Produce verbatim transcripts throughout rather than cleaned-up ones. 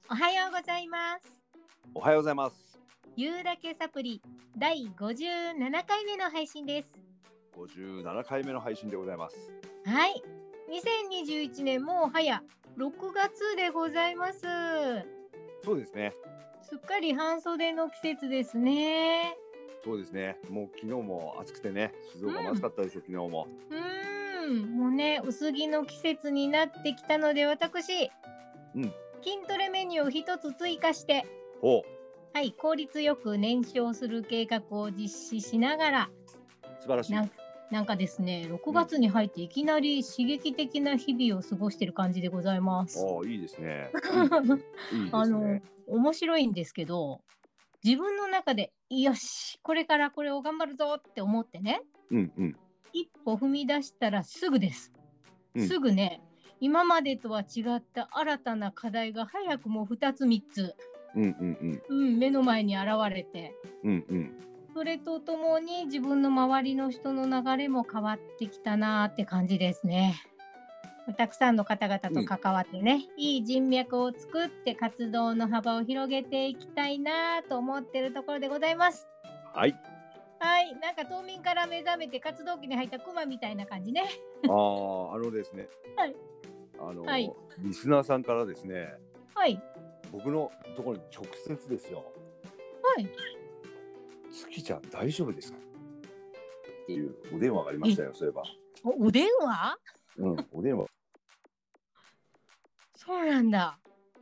おはようございます。 おはようございます。 言うだけサプリだいごじゅうななかいめの配信です。 ごじゅうななかいめの配信でございます。 はい、にせんにじゅういちねんもう早ろくがつでございます。 そうですね。 すっかり半袖の季節ですね。 そうですね。もう昨日も暑くてね、静岡も暑かったですよ、うん、昨日も。 うーん、もうね、薄着の季節になってきたので、私、うん、筋トレメニューを一つ追加して、 おはい、効率よく燃焼する計画を実施しながら、 素晴らしい。 なんか、なんかですね、ろくがつに入っていきなり刺激的な日々を過ごしている感じでございます。 おー、いいですね。いいですね。 あの、面白いんですけど、自分の中でよし、これからこれを頑張るぞって思ってね、 うんうん、 一歩踏み出したらすぐです、うん、すぐね、今までとは違った新たな課題が早くもふたつみっつ、 うんうんうんうん、目の前に現れて、 うんうん、 それとともに自分の周りの人の流れも変わってきたなって感じですね。たくさんの方々と関わってね、うん、いい人脈を作って活動の幅を広げていきたいなと思っているところでございます。 はい。 はい、なんか冬眠から目覚めて活動期に入ったクマみたいな感じね。 ああ、あのですね。 はい。 あの、 はい、 リスナーさんからですね。 はい。僕のところに直接ですよ。 はい。 月ちゃん大丈夫ですかっていうお電話がありましたよ、そういえば。 お、お電話？ うん、お電話。 そうなんだ。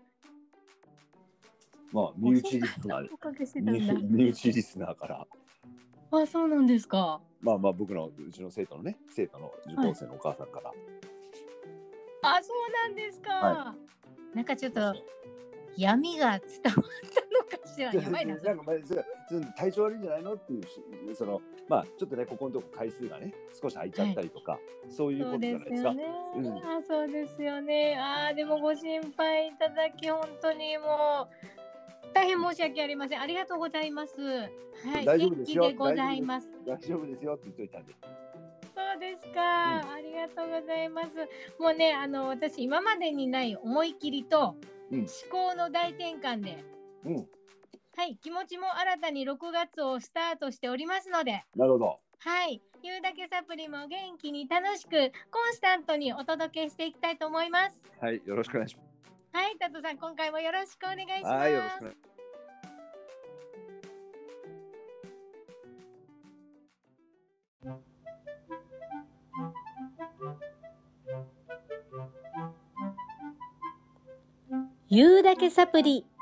まあ、身内リスナー、身内リスナーから。 あ、そうなんですか。 まあまあ、僕のうちの生徒のね、生徒の受講生のお母さんから。はい、 あ、そうなんですか。はい、なんかちょっと闇が伝わったのかしら。やばいな。 なんかまあ、体調悪いんじゃないのっていう、そのまあちょっとね、ここのとこ回数がね少し空いちゃったりとか、はい、そういうことじゃないですか。 そうですよね。うん、あ、そうですよね。あ、でもご心配いただき本当にもう大変申し訳ありません。ありがとうございます。はい、 大丈夫ですよ。 元気でございます。 大丈夫ですよって言っといたんで。 そうですか、うん、ありがとうございます。もうね、あの私今までにない思い切りと思考の大転換で、うん、はい、気持ちも新たにろくがつをスタートしておりますので。 なるほど。 はい、言うだけサプリも元気に楽しくコンスタントにお届けしていきたいと思います。 はい、よろしくお願いします。 はい、タトさん、今回もよろしくお願いします。 はい、よろしくお願いします。 言うだけサプリ。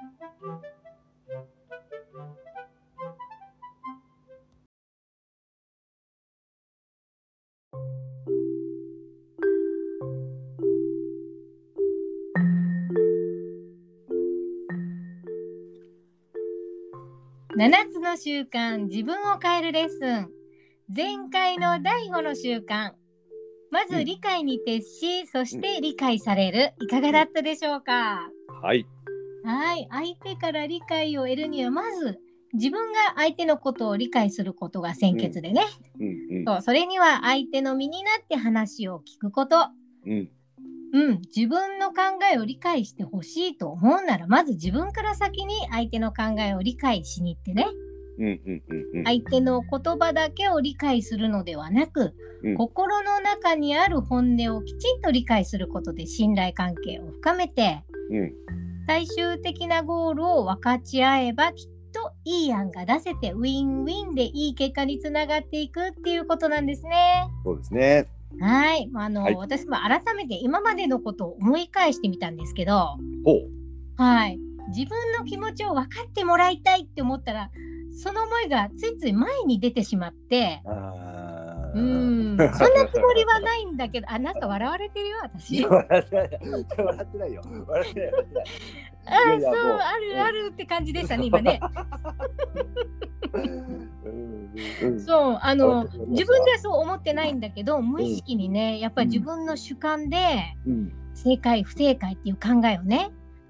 ななつの習慣、自分を変えるレッスン。前回のだいごの習慣。まず理解に徹し、うん、そして理解される。いかがだったでしょうか？ はい。 はい。相手から理解を得るには、まず自分が相手のことを理解することが先決でね。うんうんうん、そう、それには相手の身になって話を聞くこと。うんうん、自分の考えを理解してほしいと思うなら、まず自分から先に相手の考えを理解しに行ってね、うんうんうんうん、相手の言葉だけを理解するのではなく、うん、心の中にある本音をきちんと理解することで信頼関係を深めて、うん、最終的なゴールを分かち合えばきっといい案が出せてウィンウィンでいい結果につながっていくっていうことなんですね。 そうですね。 はい、あの、はい、私も改めて今までのことを思い返してみたんですけど、ほう、はい、自分の気持ちを分かってもらいたいって思ったら、その思いがついつい前に出てしまって、あうーん、そんなつもりはないんだけど、あ、なんか笑われてるよ、私。 笑ってないよ。笑ってないよ。笑ってない。笑ってない。 あ、いやいや、そう、あるあるって感じでしたね、今ね。そう、あの自分ではそう思ってないんだけど、無意識にね、やっぱり自分の主観で、うん、正解不正解っていう考えをね、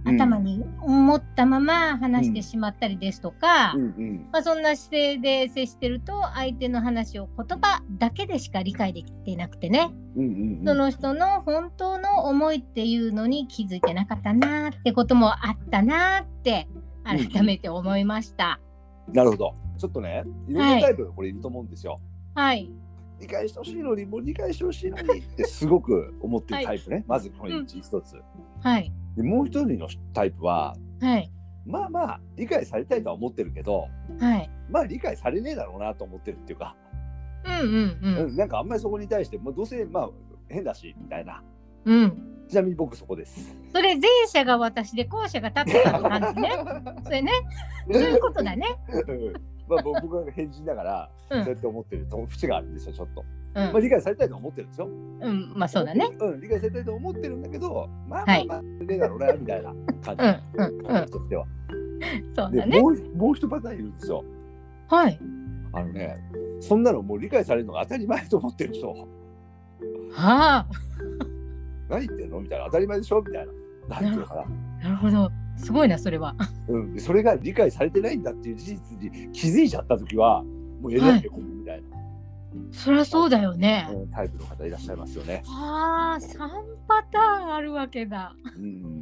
頭に持ったまま話してしまったりですとか、うんうんうんまあ、そんな姿勢で接してると相手の話を言葉だけでしか理解できてなくてね、うんうんうん、その人の本当の思いっていうのに気づいてなかったなってこともあったなって改めて思いました、 うんうん、なるほど。ちょっとねいろんなタイプがこれいると思うんですよ。 はい、 理解してほしいのにもう理解してほしいのにってすごく思ってるタイプね、はい、まずこの一つ、うんはい、 でもう一人のタイプは、 はい、 まあまあ理解されたいとは思ってるけど、 はい、 まあ理解されねえだろうなと思ってるっていうか、 うんうんうん、 なんかあんまりそこに対して、まあ、どうせまあ変だしみたいな、 うん、 ちなみに僕そこです。 それ前者が私で後者が立ってたって感じねそれねそういうことだねまあ僕は変人だから、うん、そうやって思ってると節があるんですよちょっと。うんまあ、理解されたいと思ってるんですよ。 うん、まあそうだね。 うん、理解されたいと思ってるんだけど、まあまあまあ、ねえだろうな、みたいな感じ。うん、うん、感じとしては。 そうだね。 もう、もう一パターンいるんですよ。 はい。 あのね、そんなのもう理解されるのが当たり前と思ってる人。はあ。 何言ってんのみたいな、当たり前でしょみたいな。なんていうのかな。なるほど。すごいな、それは。 うん、それが理解されてないんだっていう事実に気づいちゃったときは、もうえらいへこむみたいな。 そりゃそうだよね。 タイプの方いらっしゃいますよね。 ああ、さんパターンあるわけだ。うん、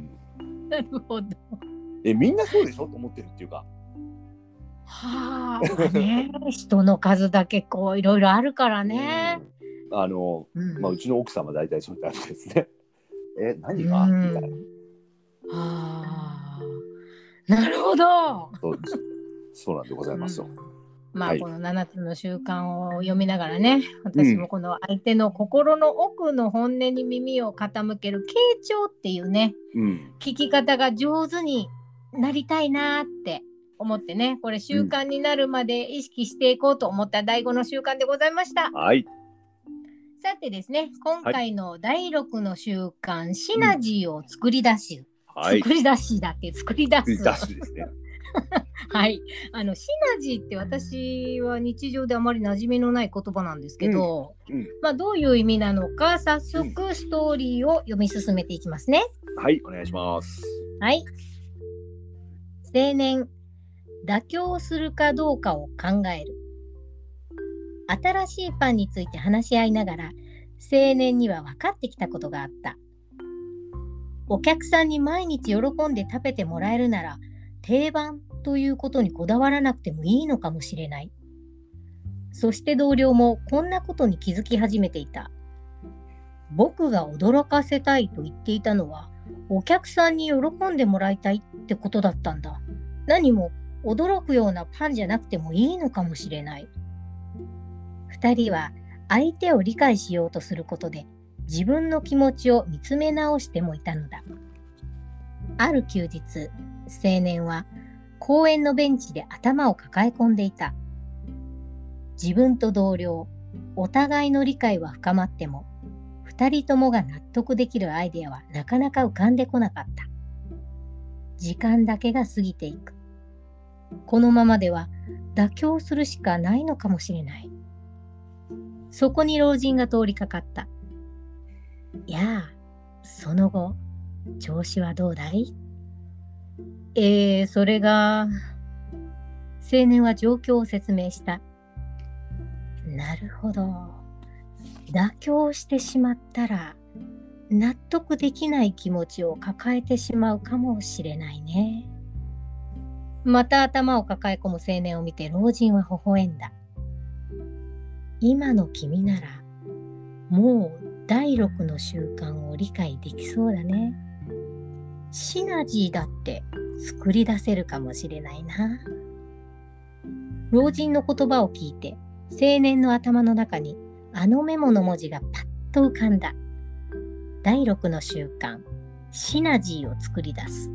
なるほど。 え、みんなそうでしょと思ってるっていうか。 はあ、ね、人の数だけこういろいろあるからね。 うん、あの、うん、まあうちの奥様は大体そういう感じですね。え、何が、うん、みたいな。はあ、なるほど。 そう、そうなんでございますよ。 うんまあ、はい、このななつの習慣を読みながらね、私もこの相手の心の奥の本音に耳を傾ける傾聴っていうね、うん、聞き方が上手になりたいなって思ってね、これ習慣になるまで意識していこうと思っただいごの習慣でございました。 はい。 さてですね、今回のだいろくの習慣、はい、シナジーを作り出し、うん、作り出しだって作り出す。 作り出すですね。 はい、あのシナジーって私は日常であまり馴染みのない言葉なんですけど、うんうん、まあ、どういう意味なのか早速ストーリーを読み進めていきますね。 はい、お願いします。 はい。青年、妥協するかどうかを考える。新しいパンについて話し合いながら青年には分かってきたことがあった。お客さんに毎日喜んで食べてもらえるなら定番ということにこだわらなくてもいいのかもしれない。そして同僚もこんなことに気づき始めていた。僕が驚かせたいと言っていたのはお客さんに喜んでもらいたいってことだったんだ。何も驚くようなパンじゃなくてもいいのかもしれない。二人は相手を理解しようとすることで自分の気持ちを見つめ直してもいたのだ。ある休日、青年は公園のベンチで頭を抱え込んでいた。自分と同僚、お互いの理解は深まっても、二人ともが納得できるアイデアはなかなか浮かんでこなかった。時間だけが過ぎていく。このままでは妥協するしかないのかもしれない。そこに老人が通りかかった。やあ、その後、調子はどうだい？えー、それが、青年は状況を説明した。なるほど。妥協してしまったら、納得できない気持ちを抱えてしまうかもしれないね。また頭を抱え込む青年を見て老人は微笑んだ。今の君なら、もうだいろくの習慣を理解できそうだね。シナジーだって作り出せるかもしれないな。老人の言葉を聞いて、青年の頭の中にあのメモの文字がパッと浮かんだ。だいろくの習慣、シナジーを作り出す。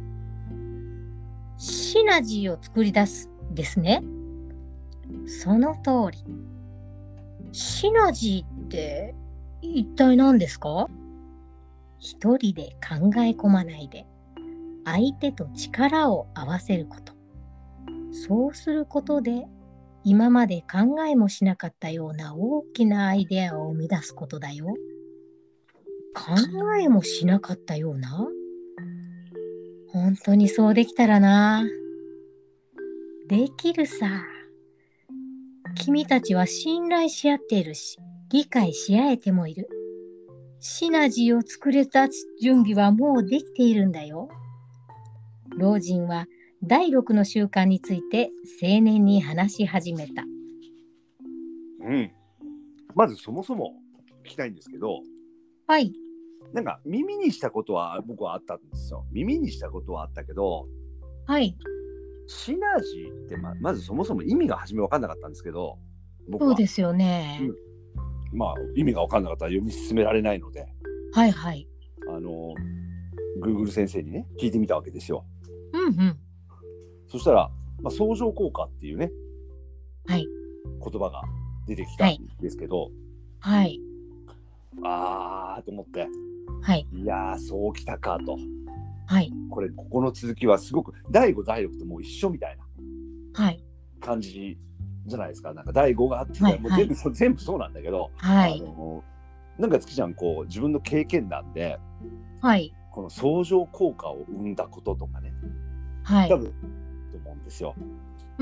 シナジーを作り出すですね。その通り。シナジーって一体何ですか？一人で考え込まないで、相手と力を合わせること。そうすることで、今まで考えもしなかったような大きなアイデアを生み出すことだよ。考えもしなかったような？ 本当にそうできたらな。できるさ。君たちは信頼し合っているし、理解し合えてもいる。シナジーを作れた準備はもうできているんだよ。老人はだいろくの習慣について青年に話し始めた。 うん。まずそもそも聞きたいんですけど、 はい。 なんか耳にしたことは僕はあったんですよ。耳にしたことはあったけど、 はい。 シナジーって ま, まずそもそも意味が初め分かんなかったんですけど、僕はそうですよね。 うん、まあ意味が分かんなかったら読み進められないので、 はいはい。 あの Google 先生にね聞いてみたわけですよ。 うんうん。 そしたら、まあ、相乗効果っていうね、 はい。 言葉が出てきたんですけど、 はい。 あーと思って、 はい。 いやーそうきたかと。 はい。 これここの続きはすごくだいごだいろくともう一緒みたいなはい。 感じじゃないですか。なんかだいごがあって、 はいもう全部、はい、全部そうなんだけど、 はい、 あのなんか月ちゃんこう自分の経験談で、 はい、 この相乗効果を生んだこととかね、 はい、 多分と思うんですよ。 うん、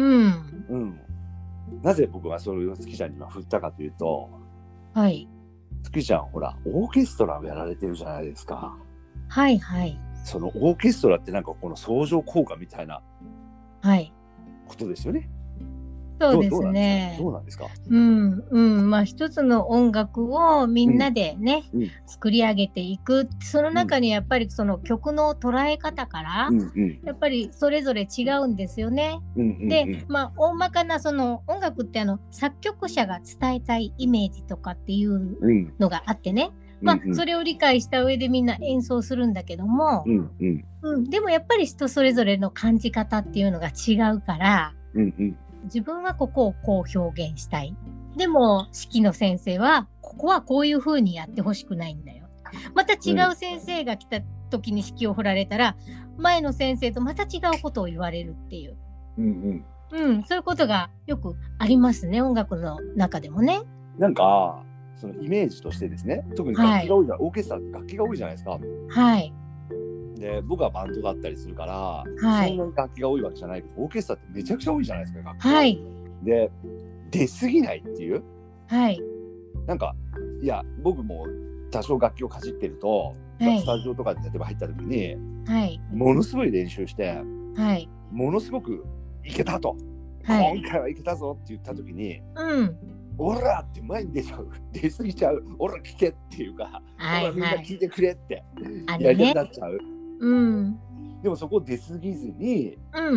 うん。なぜ僕がそれを月ちゃんには振ったかというと、 はい、 月ちゃんほらオーケストラをやられてるじゃないですか。 はいはい。 そのオーケストラってなんかこの相乗効果みたいなことですよね。 そうですね。 どうなんですか？ うんうん、まあ一つの音楽をみんなでね、うん、作り上げていく。その中にやっぱりその曲の捉え方から、うんうん、やっぱりそれぞれ違うんですよね。うんうんうん、で、まあ大まかなその音楽ってあの作曲者が伝えたいイメージとかっていうのがあってね。うん、まあそれを理解した上でみんな演奏するんだけども、うんうんうん、でもやっぱり人それぞれの感じ方っていうのが違うから。うんうん、自分はここをこう表現したい。でも指揮の先生はここはこういう風にやってほしくないんだよ。また違う先生が来た時に指揮を振られたら、うん、前の先生とまた違うことを言われるっていう、うんうんうん、そういうことがよくありますね、音楽の中でもね。 なんかそのイメージとしてですね、特に楽器が多いじゃん、はい、オーケストラって楽器が多いじゃないですか。 はい。 で僕はバンドだったりするから、はい、そんなに楽器が多いわけじゃないけど、オーケストラってめちゃくちゃ多いじゃないですか、楽器が。はい。で出過ぎないっていう、はい、なんかいや僕も多少楽器をかじってると、はい、スタジオとかで例えば入った時に、はい、ものすごい練習して、はい、ものすごくいけたと、はい、今回はいけたぞって言った時に、うん、オラって前に出ちゃう、出過ぎちゃう、オラ聞けっていうか、はいはい、オラみんな聞いてくれってやりたくなっちゃう、うん、でもそこを出過ぎずに、うん、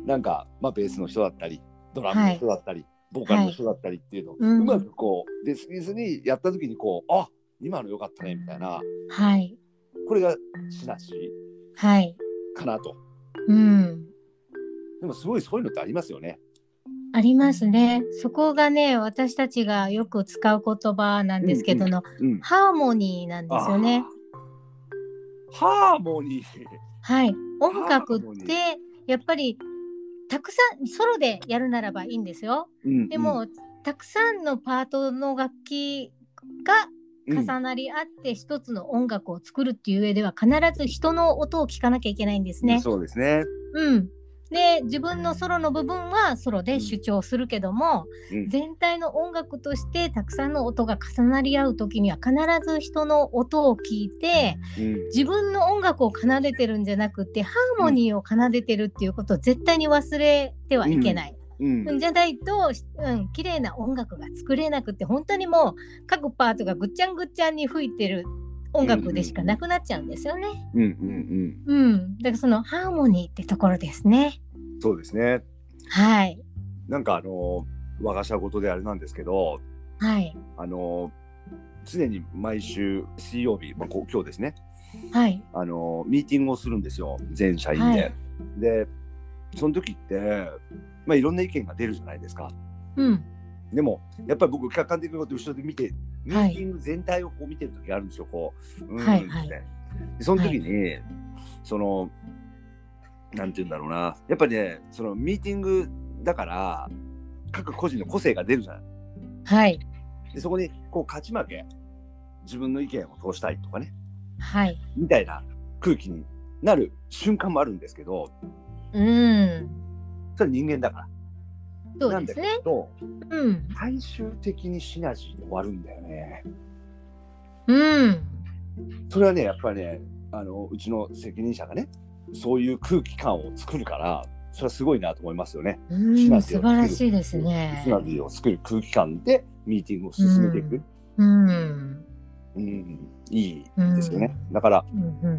なんか、まあ、ベースの人だったりドラムの人だったり、はい、ボーカルの人だったりっていうのを、はい、うまくこう出過ぎずにやった時にこう、あ、今の良かったねみたいな、はい、これがシナジーかなと、はい、うん、でもすごいそういうのってありますよね。 ありますね。そこがね、私たちがよく使う言葉なんですけどの、うんうん、ハーモニーなんですよね。 ハーモニー。 はい。音楽ってやっぱりたくさんソロでやるならばいいんですよ。うんうん、でもたくさんのパートの楽器が重なり合って一つの音楽を作るっていう上では必ず人の音を聞かなきゃいけないんですね。 そうですね。 うん。で自分のソロの部分はソロで主張するけども、うん、全体の音楽としてたくさんの音が重なり合う時には必ず人の音を聞いて、うん、自分の音楽を奏でてるんじゃなくてハーモニーを奏でてるっていうことを絶対に忘れてはいけない、うんうん、じゃないと、うん、綺麗な音楽が作れなくて本当にもう各パートがぐっちゃんぐっちゃんに吹いてる音楽でしかなくなっちゃうんですよね。うんうんうん。うん。だからそのハーモニーってところですね。 そうですね。 はい。 なんかあの我が社ごとであれなんですけど、はい。あの常に毎週水曜日、まあ、今日ですね。はい。あのミーティングをするんですよ、全社員で。はい、で、その時ってまあいろんな意見が出るじゃないですか。うん。でもやっぱり僕客観的なことを後ろで見て。ミーティング全体をこう見てる時があるんですよ、こう、うん、はいはい、でその時に、はい、そのなんていうんだろうな、やっぱりね、そのミーティングだから各個人の個性が出るじゃない。はい。でそこにこう勝ち負け、自分の意見を通したいとかね、はい、みたいな空気になる瞬間もあるんですけど、 うん、 それは人間だから。 そうですね。 なんだけど、 うん、 最終的にシナジーで終わるんだよね。 うん。 それはね、やっぱりね、あのうちの責任者がね、そういう空気感を作るから、それはすごいなと思いますよね。 うん、シナジーを素晴らしいですね。 シナジーを作る空気感でミーティングを進めていく。 うん、うんうん、いいですよね。うん、だから、うんうんうん、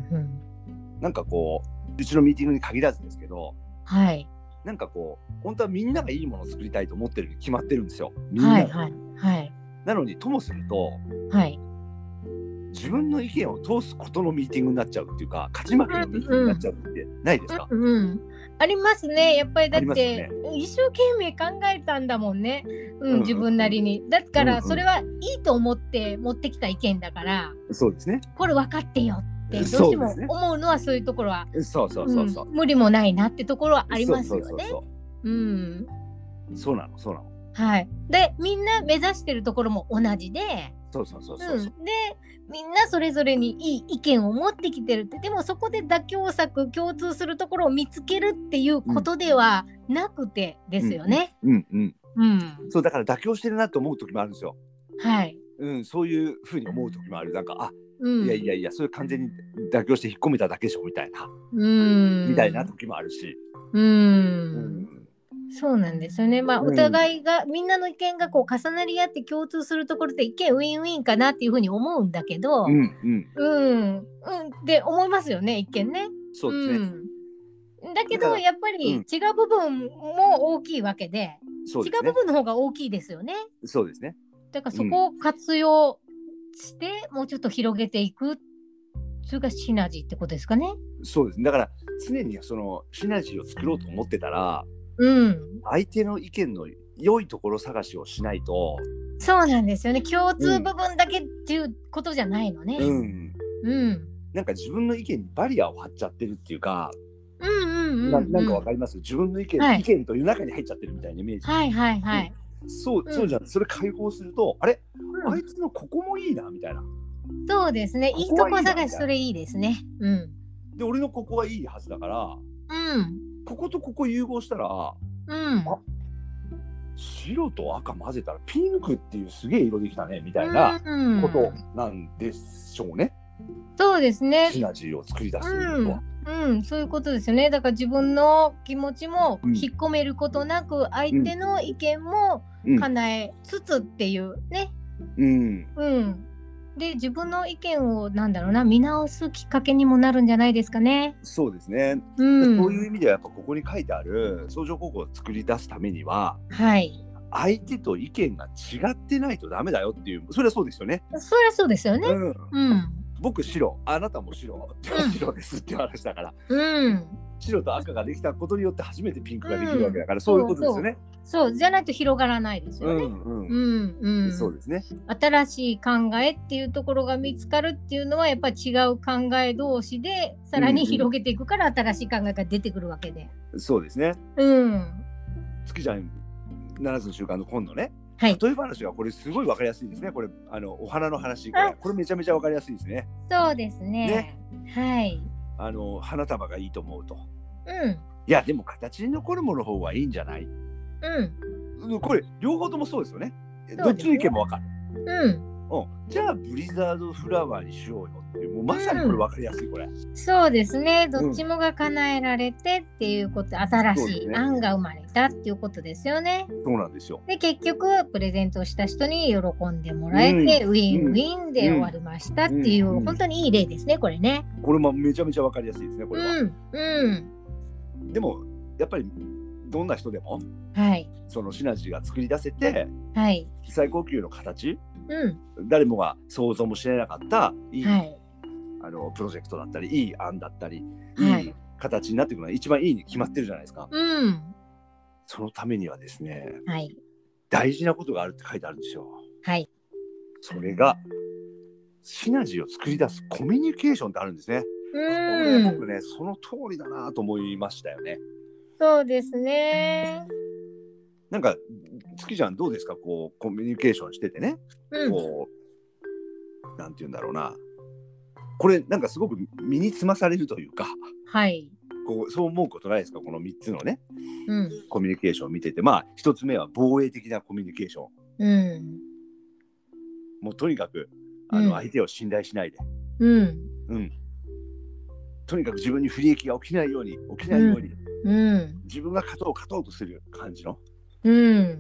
なんかこううちのミーティングに限らずですけど、 はい、 なんかこう本当はみんながいいものを作りたいと思ってるに決まってるんですよ。みんな、 はいはいはい、 なのにともすると、 はい、 自分の意見を通すことのミーティングになっちゃうっていうか、勝ち負けのミーティングになっちゃうってないですか？ うんうん、ありますね。やっぱりだって、ね、一生懸命考えたんだもんね、うんうん、自分なりに。だからそれはいいと思って持ってきた意見だから、 そうですね、これ分かってよってどうしても思うのはそういうところは、 そうそうそうそう、 うん、無理もないなってところはありますよね。 そうそうそうそう、うん、そうなのそうなの。 はい。でみんな目指してるところも同じで、 そうそうそうそう、うん、でみんなそれぞれにいい意見を持ってきてるって、でもそこで妥協策、共通するところを見つけるっていうことではなくてですよね。 うんうんうん、うん、そうだから妥協してるなと思う時もあるんですよ。 はい、 うん、そういうふうに思う時もある。なんかあ、うん、いやいやいやそれ完全に妥協して引っ込めただけでしょみたいな、うんみたいな時もあるし、 うん、うんそうなんですよね。まあ、お互いが、うん、みんなの意見がこう重なり合って共通するところって一見ウィンウィンかなっていうふうに思うんだけど、うんうんうんうんって思いますよね、一見ね。 そうですね。 うん、だけどやっぱり違う部分も大きいわけで、うん、違う部分の方が大きいですよね。 そうですね。 だからそこを活用してもうちょっと広げていく。それがシナジーってことですかね。 そうです。だから常にそのシナジーを作ろうと思ってたら、 うん、 相手の意見の良いところ探しをしないと。 そうなんですよね。共通部分だけっていうことじゃないのね。 うんうん、なんか自分の意見にバリアを張っちゃってるっていうか、 うんうんうんうん、 な, なんかわかります？自分の意見、はい、意見という中に入っちゃってるみたいなイメージ。 はいはいはい、 うん、そうそうじゃん、それ解放するとあれ、うん、あいつのここもいいなみたいな。 そうですね、いいとこ探し、それいいですね。うん。 で俺のここはいいはずだから、 うん、 こことここ融合したら、 うん、あ白と赤混ぜたらピンクっていうすげえ色できたねみたいなことなんでしょうね。 そうですね。 シナジーを作り出すということは、 うんうん、そういうことですよね。だから自分の気持ちも引っ込めることなく、うん、相手の意見も叶えつつっていうね。 うん。 うん。で自分の意見をなんだろうな、見直すきっかけにもなるんじゃないですかね。 そうですね。うん、そういう意味ではやっぱここに書いてある相乗効果を作り出すためには、 はい。 相手と意見が違ってないとダメだよっていう、それはそうですよね。 それはそうですよね。うん。うん僕白、あなたも白、じゃあ白ですって話だから、 うん、 白と赤ができたことによって初めてピンクができるわけだから、うん、そういうことですよね。 そう、そうじゃないと広がらないですよね。 うんうんうんうん、そうですね。 新しい考えっていうところが見つかるっていうのはやっぱり違う考え同士でさらに広げていくから新しい考えが出てくるわけで。 そうですね。 うん。 月ちゃんななつの習慣の今度ね。 はい、 例え話がこれすごい分かりやすいですね。これあのお花の話、これこれめちゃめちゃ分かりやすいですね。 そうですね。ね、はい。 あの花束がいいと思うと。 うん。 いやでも形に残るものの方がいいんじゃない？ うん。 これ両方ともそうですよね。どっちの意見も分かる。 うん。 うん、じゃあブリザードフラワーにしようよっていう、もうまさにこれ分かりやすい、これ、うん、 そうですね。どっちもが叶えられてっていうこと、うん、新しい案が生まれたっていうことですよね。 そうなんですよ。 で結局プレゼントした人に喜んでもらえて、うん、ウィンウィンで終わりましたっていう、うん、本当にいい例ですね、これね。 これもめちゃめちゃ分かりやすいですね、これは。 うんうん、 でもやっぱりどんな人でも、 はい、 そのシナジーが作り出せて、 はい、 最高級の形、 うん、 誰もが想像もしなかったいい、 はい、 あのプロジェクトだったりいい案だったり、はい、いい形になっていくのが一番いいに決まってるじゃないですか、 うん、 そのためにはですね、 はい、 大事なことがあるって書いてあるんですよ。 はい、 それがシナジーを作り出すコミュニケーションってあるんですね。 うん、 これ僕ねその通りだなと思いましたよね。 そうですね。 なんか月ちゃんどうですか、こうコミュニケーションしててね、うん、こうなんて言うんだろうな、 これなんかすごく身につまされるというか、 はい、 こうそう思うことないですか？このみっつのね、 うん、 コミュニケーションを見てて、まあひとつめは防衛的なコミュニケーション、 うん、 もうとにかくあの相手を信頼しないで、 うんうん、とにかく自分に不利益が起きないように起きないように、 うん、 自分が勝とう勝とうとする感じの、 うん、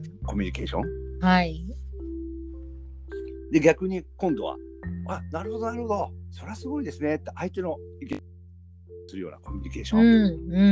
コミュニケーション、 はい、 で逆に今度はあ、なるほどなるほど、それはすごいですねって相手の意見するようなコミュニケーション、 うんうん、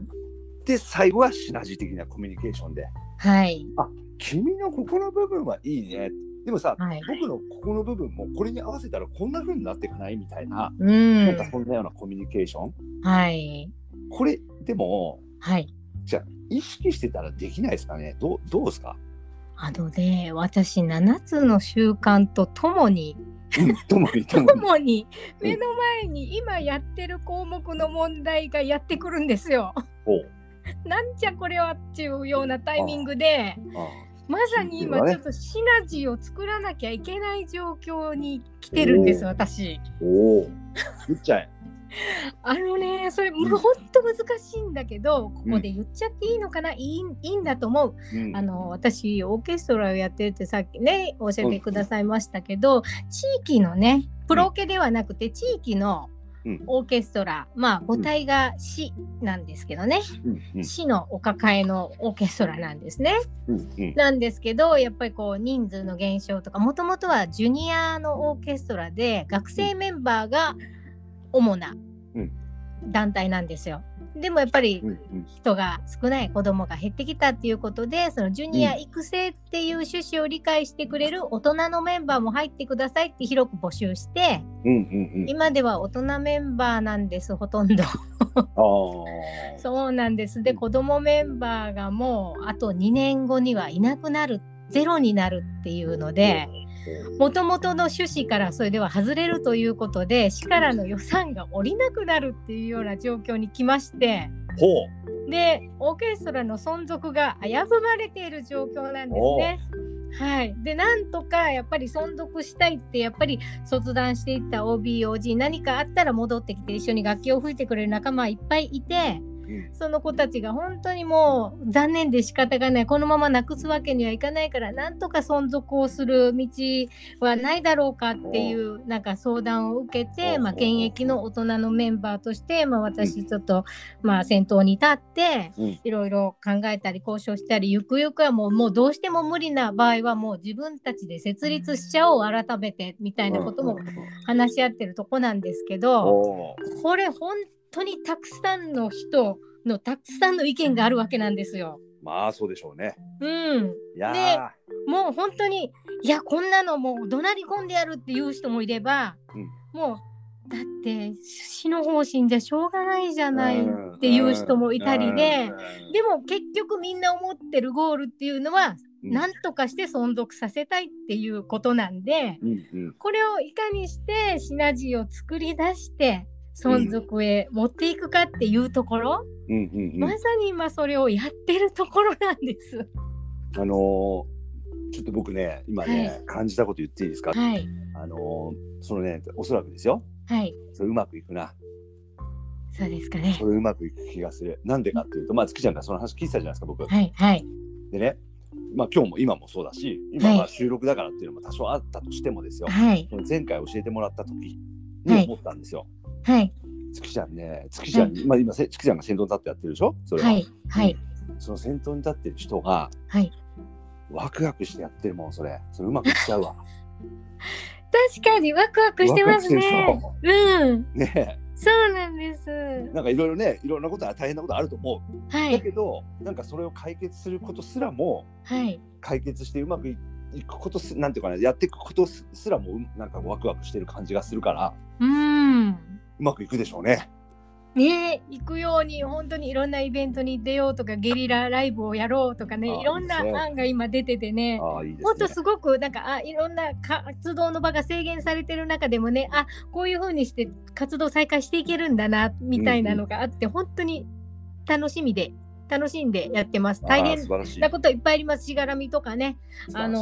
で最後はシナジー的なコミュニケーションで、 はい、 あ、君のここの部分はいいね、でもさ、はい、僕のここの部分もこれに合わせたらこんな風になっていかないみたいな、うん、なんかそんなようなコミュニケーション、 はい、 これでも、 はい、 じゃあ意識してたらできないですかね？どう、どうですか？ あのね、私ななつの習慣とともにともにともに目の前に今やってる項目の問題がやってくるんですよ。なんじゃこれはっていうようなタイミングで、ああ、まさに今ちょっとシナジーを作らなきゃいけない状況に来てるんです、私。 おお、言っちゃえ。 あのね、それもうほんと難しいんだけど、ここで言っちゃっていいのかな、うん、いい、いいんだと思う、うん、あの私オーケストラをやってるってさっきね教えてくださいましたけど、うん、地域のねプロオケではなくて地域のオーケストラ、うん、まあ母体が市なんですけどね、うん、市のお抱えのオーケストラなんですね、うんうん、なんですけどやっぱりこう人数の減少とか、もともとはジュニアのオーケストラで学生メンバーが主な団体なんですよ。でもやっぱり人が少ない、子供が減ってきたっていうことで、そのジュニア育成っていう趣旨を理解してくれる大人のメンバーも入ってくださいって広く募集して、うんうんうん、今では大人メンバーなんです、ほとんど。そうなんです。で、子供メンバーがもうあとにねんごにはいなくなる、ゼロになるっていうので、もともとの趣旨からそれでは外れるということで、市からの予算が下りなくなるっていうような状況に来まして、ほうでオーケストラの存続が危ぶまれている状況なんですね。はい、でなんとかやっぱり存続したいって、やっぱり卒団していった オービーオージー、 何かあったら戻ってきて一緒に楽器を吹いてくれる仲間いっぱいいて、その子たちが本当にもう残念で仕方がない、このままなくすわけにはいかないから、なんとか存続をする道はないだろうかっていうなんか相談を受けて、まあ、現役の大人のメンバーとして、まあ、私ちょっと、まあ、先頭に立っていろいろ考えたり交渉したり、ゆくゆくはもう、もうどうしても無理な場合はもう自分たちで設立しちゃおう、改めてみたいなことも話し合ってるとこなんですけど、これ本当にたくさんの人のたくさんの意見があるわけなんですよ。 まあそうでしょうね。 うん。いやでもう本当に、いやこんなのもう怒鳴り込んでやるっていう人もいれば、うん、もうだって市の方針じゃしょうがないじゃないっていう人もいたりで、でも結局みんな思ってるゴールっていうのは、うん、なんとかして存続させたいっていうことなんで、うんうん、これをいかにしてシナジーを作り出して存続へ持っていくかっていうところ、うんうんうん、まさに今それをやってるところなんです。 あのー、ちょっと僕ね今ね、はい、感じたこと言っていいですか？はい、あのー、そのねおそらくですよ、はい、それうまくいくな。 そうですかね。 それうまくいく気がする。なんでかっていうと、まあ月ちゃんがその話聞いてたじゃないですか僕。 はいはい。 でね、まあ今日も今もそうだし、今は収録だからっていうのも多少あったとしてもですよ、はい、前回教えてもらった時に思ったんですよ。はい。月ちゃんね、月ちゃん、はい、まあ今月ちゃんが先頭に立ってやってるでしょ、それは。はいはい。その先頭に立ってる人が、はい、ワクワクしてやってるもん、それ、それうまくいっちゃうわ。 確かにワクワクしてますね。うん。 ね。 そうなんです。 なんかいろいろね、いろんなことは大変なことあると思う。はい。だけど、なんかそれを解決することすらも、はい。解決してうまくいくことす、なんていうかな、やっていくことすらもなんかワクワクしてる感じがするから、うん。うまくいくでしょうね。 ね、行くように本当にいろんなイベントに出ようとか、ゲリラライブをやろうとかね、いろんな案が今出ててね、本当すごくなんか、あ、いろんな活動の場が制限されてる中でもね、あ、こういう風にして活動再開していけるんだなみたいなのがあって、うんうん、本当に楽しみで楽しんでやってます。大変なこといっぱいあります。しがらみとかね、あの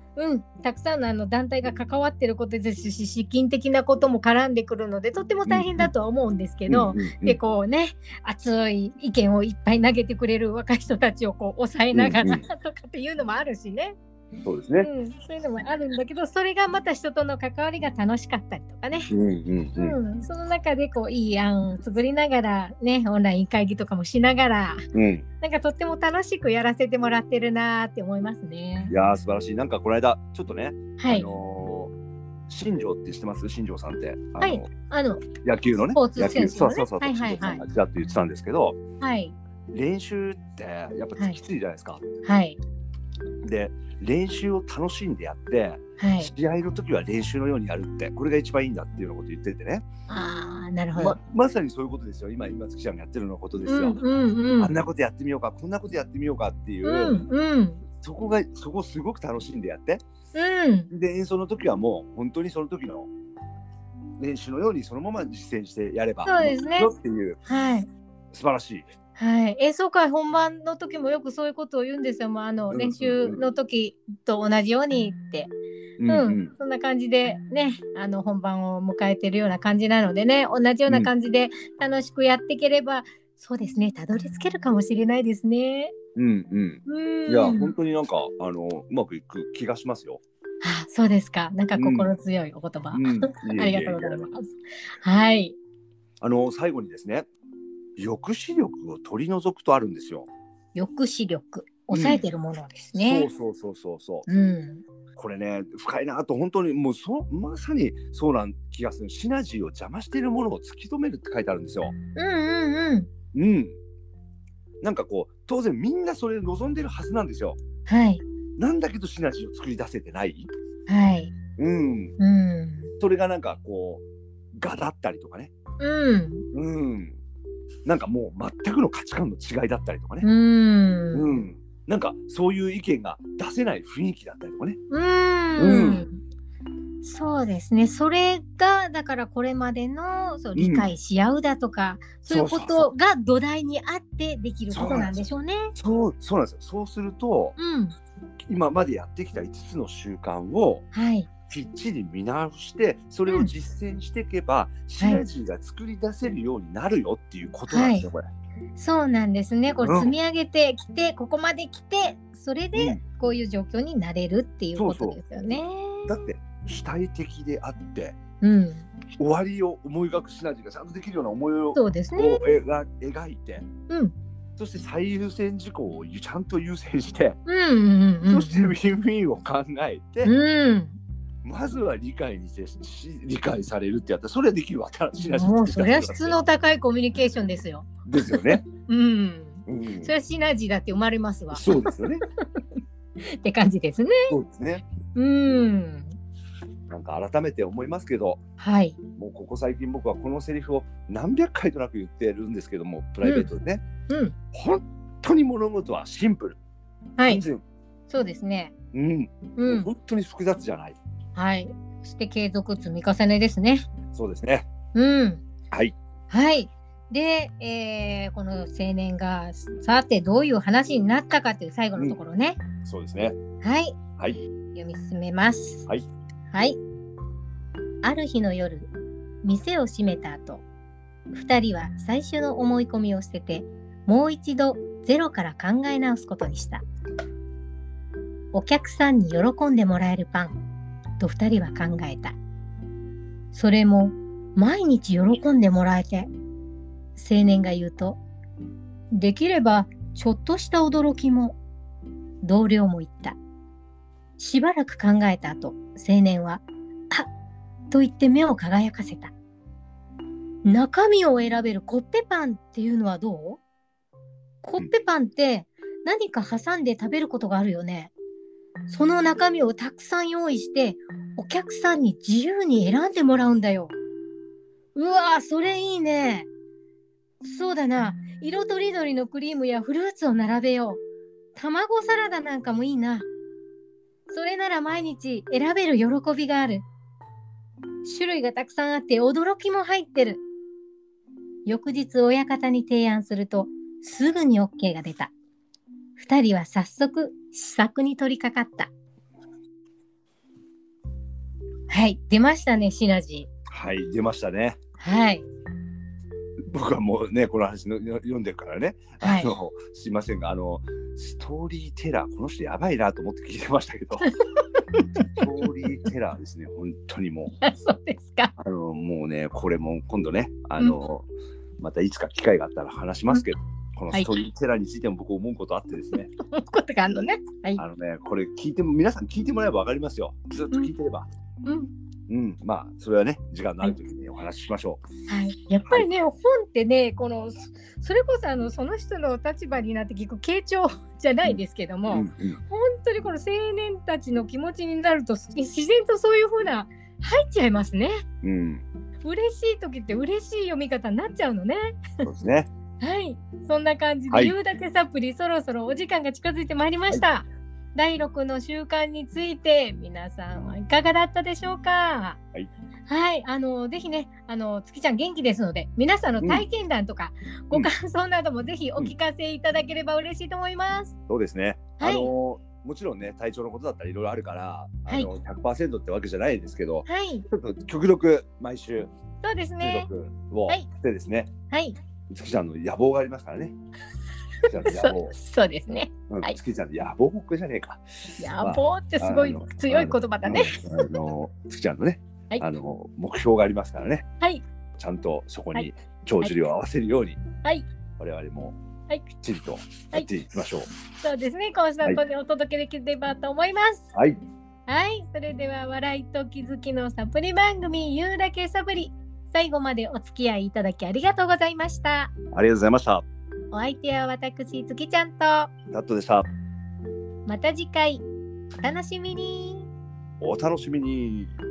うん、たくさんのあの団体が関わってることですし、資金的なことも絡んでくるのでとっても大変だとは思うんですけど、うんうんうん、でこうね熱い意見をいっぱい投げてくれる若い人たちをこう抑えながら、うんうん、とかっていうのもあるしね。 そうですね、 うん、そういうのもあるんだけど、それがまた人との関わりが楽しかったりとかね、うんうんうんうん、その中でこういい案を作りながらね、オンライン会議とかもしながら、うん、なんかとっても楽しくやらせてもらってるなって思いますね。 いやー素晴らしい。なんかこの間ちょっとね、はい、あのー、新庄って知ってます？新庄さんってあの、はい、あの野球のね、スポーツ選手のね、そうそうそう、はいはいはい、新庄さんがちらっと言ってたんですけど、はい、練習ってやっぱきついじゃないですか。はい、はい、で練習を楽しんでやって、はい、試合の時は練習のようにやるって、これが一番いいんだっていうようなこと言っててね。 ああ、なるほど。 ま, まさにそういうことですよ。今今月ちゃんがやってるようなことですよ、うんうんうん、あんなことやってみようか、こんなことやってみようかっていう、うんうん、そこがそこをすごく楽しんでやって、うん、で演奏の時はもう本当にその時の練習のようにそのまま実践してやればそうですねっていう、はい、素晴らしい。 はい、演奏会本番の時もよくそういうことを言うんですよ。もうあの、うんうんうん、練習の時と同じようにって、うんうん、そんな感じでね、あの本番を迎えてるような感じなのでね、同じような感じで楽しくやっていければ、うん、そうですね、たどり着けるかもしれないですね。 うんうん。うん、いや本当になんかあのうまくいく気がしますよ。 あ、そうですか。なんか心強いお言葉、うんうん、ありがとうございます。はい。 あの最後にですね、抑止力を取り除くとあるんですよ。 抑止力、抑えてるものですね、 うん、そうそうそうそう、うん、これね深いなと、本当にもうそまさにそうなん気がする。シナジーを邪魔しているものを突き止めるって書いてあるんですよ。うんうんうんうん。なんかこう当然みんなそれ望んでるはずなんですよ。はい。なんだけどシナジーを作り出せてない。はい。うん。うん。それがなんかこう我だったりとかね。うん。うん。なんかもう全くの価値観の違いだったりとかね。うん、うん、なんかそういう意見が出せない雰囲気だったりとかね。うん、 うん、そうですね。それがだからこれまでのそう理解し合うだとか、うん、そういうことが土台にあってできることなんでしょうね。 そうそうなんですよ。そうすると、うん、今までやってきたいつつの習慣を、はい、きっちり見直してそれを実践していけば、うん、シナジーが作り出せるようになるよっていうことなんですよ、はい、これ。そうなんですね。これ積み上げてきて、うん、ここまで来てそれでこういう状況になれるっていうことですよね。 そうそう。だって主体的であって、うん、終わりを思い描くシナジーがちゃんとできるような思いを、そうですね、を描いて、うん、そして最優先事項をちゃんと優先して、うんうんうん、そしてウィンウィンを考えて、うん、まずは理解に接し理解されるってやったらそれはできるわ。 もうそれは質の高いコミュニケーションですよ。 ですよね。 うん、うん、それはシナジーだって生まれますわ。 そうですよね。 って感じですね。 そうですね。うん。なんか改めて思いますけど、はい。もうここ最近僕はこのセリフを何百回となく言ってるんですけども、プライベートでね。うん。うん、本当に物事はシンプル。 はい。そうですね。 うん。うん。本当に複雑じゃない。 はい。そして継続積み重ねですね。 そうですね。 うん。はい。はい。で、えー、この青年がさてどういう話になったかという最後のところね。 うん、そうですね。 はい。はい。読み進めます。はい。はい。ある日の夜、店を閉めた後、二人は最初の思い込みを捨てて、もう一度ゼロから考え直すことにした。お客さんに喜んでもらえるパン。と二人は考えた。それも毎日喜んでもらえて、青年が言うと、できればちょっとした驚きも。同僚も言った。しばらく考えた後、青年は、あっと言って目を輝かせた。中身を選べるコッペパンっていうのはどう？コッペパンって何か挟んで食べることがあるよね。その中身をたくさん用意してお客さんに自由に選んでもらうんだよ。うわー、それいいね。そうだな、色とりどりのクリームやフルーツを並べよう。卵サラダなんかもいいな。それなら毎日選べる喜びがある。種類がたくさんあって驚きも入ってる。翌日親方に提案するとすぐに OK が出た。二人は早速試作に取り掛かった。 はい、出ましたね、シナジー。はい、出ましたね。 はい。 僕はもうねこの話の読んでるからね、 はい、 あのすいませんが、あのストーリーテラー、この人やばいなと思って聞いてましたけどストーリーテラーですね、本当にもう。 そうですか。 あのもうねこれも今度ねあの、うん、またいつか機会があったら話しますけど、うん、このストーリーテラーについても僕思うことあってですね、 思うことがあるのね。はい、 あのねこれ聞いても皆さん聞いてもらえば分かりますよ。ずっと聞いてれば。 うん、うんうん、まあそれはね時間のある時にお話ししましょう。はい、やっぱりね、はい、本ってねこのそれこそあのその人の立場になって聞く傾聴じゃないですけども、うんうんうん、本当にこの青年たちの気持ちになると自然とそういう風な入っちゃいますね。 うん、 嬉しい時って嬉しい読み方になっちゃうのね。 そうですね。 はい、そんな感じで、 はい、 言うだけサプリそろそろお時間が近づいてまいりました。はい、だいろくの習慣について皆さんはいかがだったでしょうか。 はい、 はい、あのぜひね、あの月ちゃん元気ですので、皆さんの体験談とか、うん、ご感想などもぜひお聞かせいただければ嬉しいと思います。 うん、そうですね。 はい、 あのもちろんね体調のことだったらいろいろあるから、あの ひゃくパーセント ってわけじゃないですけど、 はい、 ちょっと極力毎週そうですね収録をしてですね、 はい、 月ちゃんの野望がありますからね。 そ, そうですね。 うん、月ちゃんの野望僕じゃねえか。 野望ってすごい強い言葉だね。 あのあの月ちゃんのね、 はい、 あの目標がありますからね。 はい、 ちゃんとそこに帳尻を合わせるように、 はい、 我々もはい、 きっちりとやっていきましょう。はい、 そうですね。コンスタントにお届けできればと思います。 はい。 はい、それでは笑いと気づきのサプリ番組言うだけサプリ、最後までお付き合いいただきありがとうございました。 ありがとうございました。 お相手は私月ちゃんとタットでした。 また次回お楽しみに。 お楽しみに。